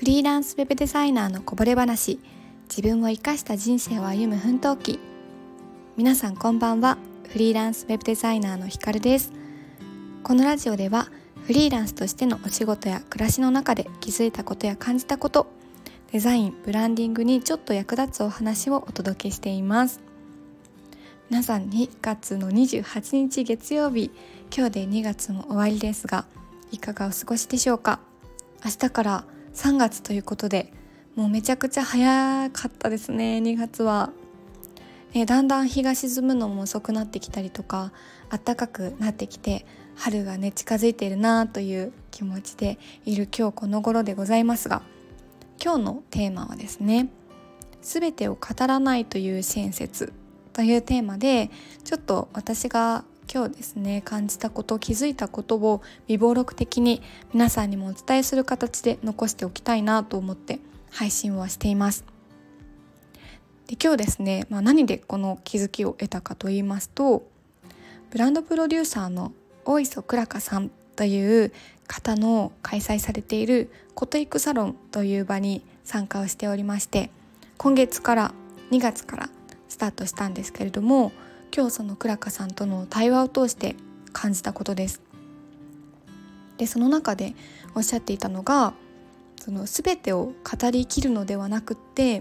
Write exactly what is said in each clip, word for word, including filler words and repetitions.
フリーランスウェブデザイナーのこぼれ話、自分を生かした人生を歩む奮闘記。皆さんこんばんは。フリーランスウェブデザイナーのひかるです。このラジオではフリーランスとしてのお仕事や暮らしの中で気づいたことや感じたこと、デザイン、ブランディングにちょっと役立つお話をお届けしています。皆さんにがつのにじゅうはちにち月曜日、今日でにがつも終わりですが、いかがお過ごしでしょうか。明日からさんがつということで、もうめちゃくちゃ早かったですね。にがつは、ね、だんだん日が沈むのも遅くなってきたりとか、暖かくなってきて、春がね近づいているなという気持ちでいる今日この頃でございますが、今日のテーマはですね、すべてを語らないという親切というテーマで、ちょっと私が今日ですね感じたこと、気づいたことを微暴録的に皆さんにもお伝えする形で残しておきたいなと思って配信をしています。で今日ですね、まあ、何でこの気づきを得たかと言いますと、ブランドプロデューサーの大磯倉香さんという方の開催されているコトイクサロンという場に参加をしておりまして、今月からにがつからスタートしたんですけれども、今日その倉香さんとの対話を通して感じたことです。でその中でおっしゃっていたのが、その全てを語りきるのではなくって、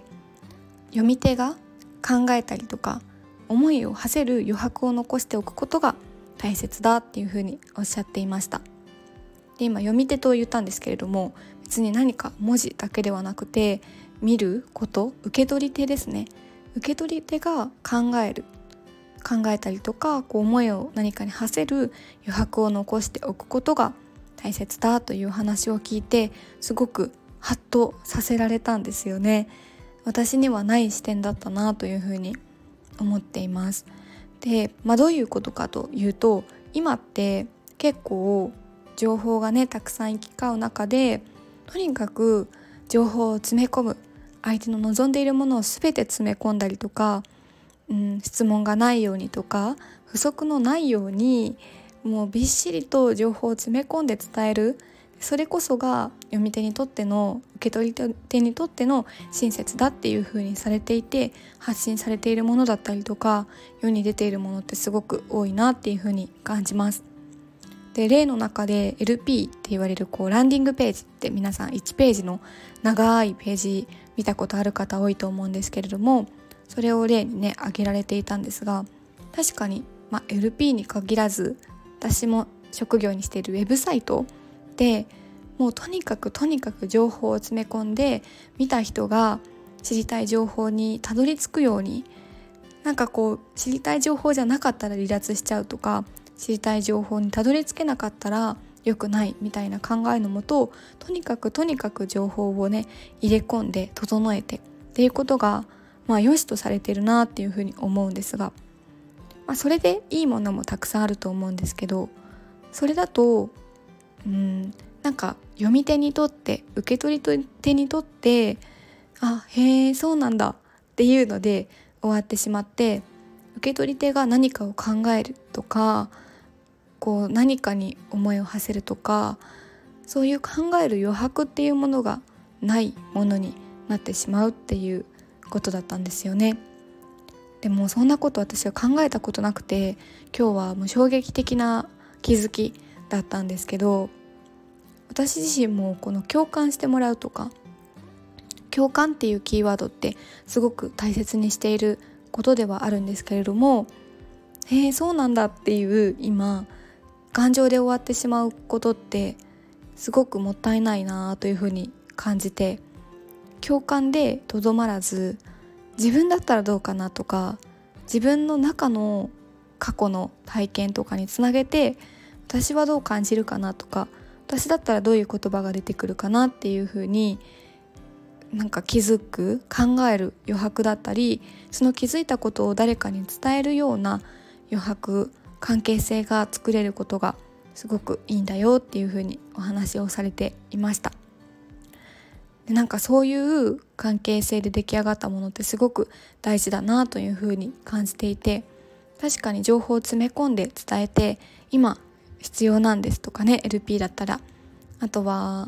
読み手が考えたりとか思いを馳せる余白を残しておくことが大切だっていうふうにおっしゃっていました。で今読み手と言ったんですけれども、別に何か文字だけではなくて、見ること、受け取り手ですね。受け取り手が考える考えたりとか、こう思いを何かに馳せる余白を残しておくことが大切だという話を聞いて、すごくハッとさせられたんですよね。私にはない視点だったなというふうに思っています。で、まあ、どういうことかというと、今って結構情報がねたくさん行き交う中で、とにかく情報を詰め込む、相手の望んでいるものを全て詰め込んだりとか、うん、質問がないようにとか、不足のないようにもうびっしりと情報を詰め込んで伝える、それこそが読み手にとっての、受け取り手にとっての親切だっていう風にされていて、発信されているものだったりとか、世に出ているものってすごく多いなっていう風に感じます。で例の中で エルピー って言われるこうランディングページって、皆さんいちページの長いページ見たことある方多いと思うんですけれども、それを例にね挙げられていたんですが、確かに、まあ、エルピー に限らず、私も職業にしているウェブサイトで、もうとにかくとにかく情報を詰め込んで、見た人が知りたい情報にたどり着くように、なんかこう知りたい情報じゃなかったら離脱しちゃうとか、知りたい情報にたどり着けなかったら良くないみたいな考えのもと、とにかくとにかく情報をね入れ込んで整えてっていうことが、まあ良しとされてるなっていうふうに思うんですが、まあ、それでいいものもたくさんあると思うんですけど、それだとうんなんか読み手にとって、受け取り手にとって、あ、へえそうなんだっていうので終わってしまって、受け取り手が何かを考えるとか、こう何かに思いを馳せるとか、そういう考える余白っていうものがないものになってしまうっていうことだったんですよね。でもそんなこと私は考えたことなくて、今日はもう衝撃的な気づきだったんですけど、私自身もこの共感してもらうとか、共感っていうキーワードってすごく大切にしていることではあるんですけれども、へえそうなんだっていう今感情で終わってしまうことってすごくもったいないなというふうに感じて、共感でとどまらず、自分だったらどうかなとか、自分の中の過去の体験とかにつなげて、私はどう感じるかなとか、私だったらどういう言葉が出てくるかなっていうふうに、なんか気づく、考える余白だったり、その気づいたことを誰かに伝えるような余白、関係性が作れることがすごくいいんだよっていうふうにお話をされていました。でなんかそういう関係性で出来上がったものってすごく大事だなというふうに感じていて、確かに情報を詰め込んで伝えて、今必要なんですとかね、 エルピー だったら、あとは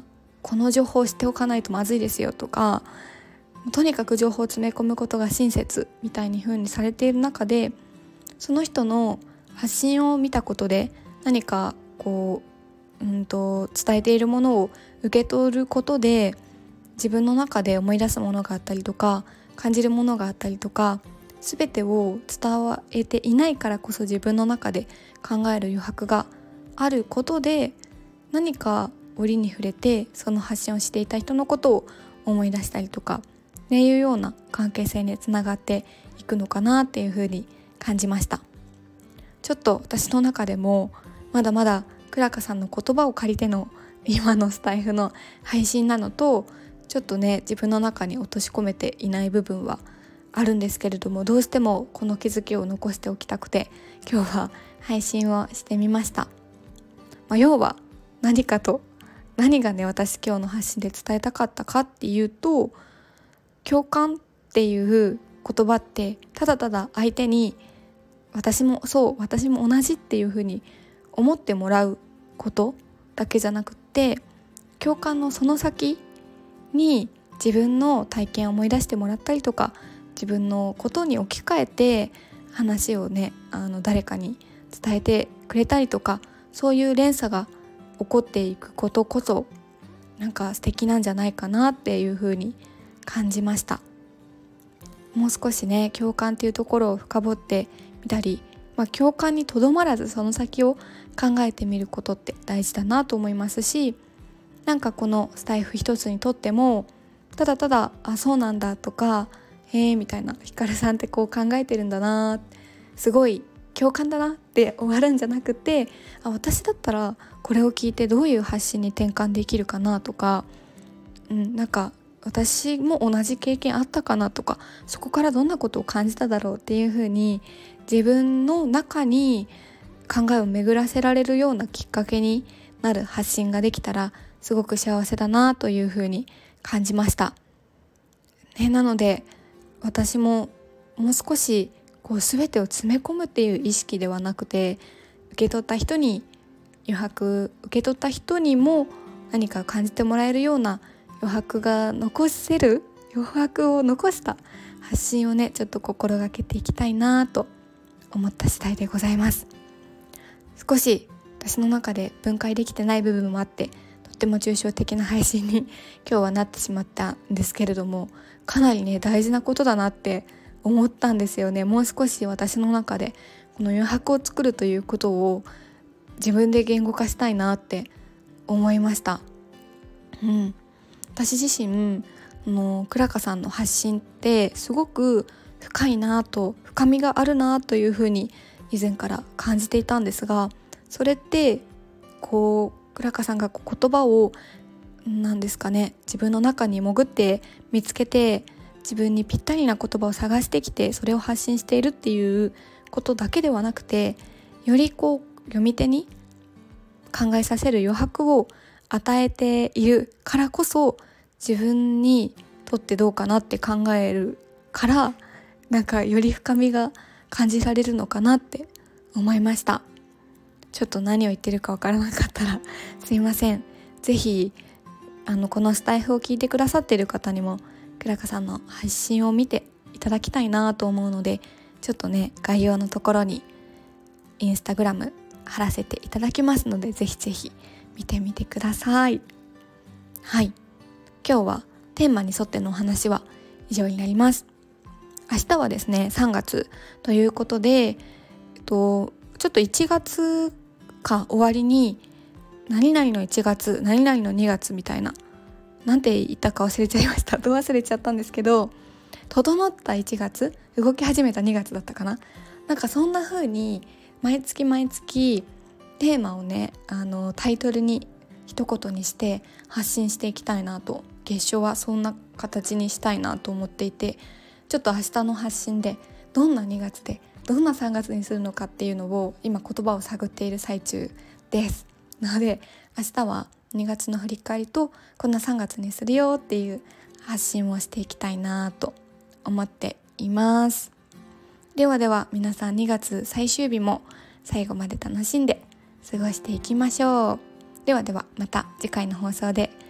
この情報を知っておかないとまずいですよとか、とにかく情報を詰め込むことが親切みたいに風にされている中で、その人の発信を見たことで何かこう、うんと伝えているものを受け取ることで自分の中で思い出すものがあったりとか感じるものがあったりとか、全てを伝えていないからこそ自分の中で考える余白があることで、何か折に触れてその発信をしていた人のことを思い出したりとかっていうような関係性につながっていくのかなっていうふうに感じました。ちょっと私の中でもまだまだクラカさんの言葉を借りての今のスタイフの配信なのと、ちょっとね自分の中に落とし込めていない部分はあるんですけれども、どうしてもこの気づきを残しておきたくて今日は配信をしてみました。まあ、要は何かと何がね私今日の発信で伝えたかったかっていうと、共感っていう言葉ってただただ相手に私もそう私も同じっていうふうに思ってもらうことだけじゃなくって、共感のその先に自分の体験を思い出してもらったりとか、自分のことに置き換えて話をねあの誰かに伝えてくれたりとか、そういう連鎖が起こっていくことこそなんか素敵なんじゃないかなっていうふうに感じました。もう少しね共感っていうところを深掘ってみたり、まあ、共感にとどまらずその先を考えてみることって大事だなと思いますし、なんかこのスタイフ一つにとってもただただあそうなんだとかへーみたいな、ひかるさんってこう考えてるんだな、すごい共感だなって終わるんじゃなくて、あ私だったらこれを聞いてどういう発信に転換できるかなとか、うん、なんか私も同じ経験あったかなとか、そこからどんなことを感じただろうっていうふうに自分の中に考えを巡らせられるようなきっかけになる発信ができたらすごく幸せだなというふうに感じました、ね、なので私ももう少しこう全てを詰め込むっていう意識ではなくて、受け取った人に余白、受け取った人にも何か感じてもらえるような余白が残せる余白を残した発信をねちょっと心がけていきたいなと思った次第でございます。少し私の中で分解できてない部分もあって、とっても抽象的な配信に今日はなってしまったんですけれども、かなりね大事なことだなって思ったんですよね。もう少し私の中でこの余白を作るということを自分で言語化したいなって思いました。うん、私自身あのクラカさんの発信ってすごく深いなと深みがあるなというふうに以前から感じていたんですが、それってこうクラカさんがこう言葉を何ですかね自分の中に潜って見つけて自分にぴったりな言葉を探してきてそれを発信しているっていうことだけではなくて、よりこう読み手に考えさせる余白を与えているからこそ自分にとってどうかなって考えるから、なんかより深みが感じられるのかなって思いました。ちょっと何を言ってるかわからなかったらすいません。ぜひあのこのスタイフを聞いてくださっている方にもクラカさんの配信を見ていただきたいなと思うので、ちょっとね概要のところにインスタグラム貼らせていただきますので、ぜひぜひ見てみてください。はい、今日はテーマに沿ってのお話は以上になります。明日はですねさんがつということで、えっと、ちょっといちがつか終わりに何々のいちがつ何々のにがつみたいな、なんて言ったか忘れちゃいましたど忘れちゃったんですけど、整ったいちがつ動き始めたにがつだったかな、なんかそんな風に毎月毎月テーマをねあのタイトルに一言にして発信していきたいなと、月初はそんな形にしたいなと思っていて、ちょっと明日の発信でどんなにがつでどんなさんがつにするのかっていうのを今言葉を探っている最中です。なので明日はにがつの振り返りとこんなさんがつにするよっていう発信をしていきたいなと思っています。ではでは皆さんにがつ最終日も最後まで楽しんで過ごしていきましょう。ではではまた次回の放送で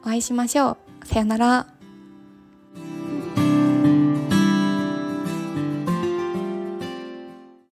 お会いしましょう。さよなら。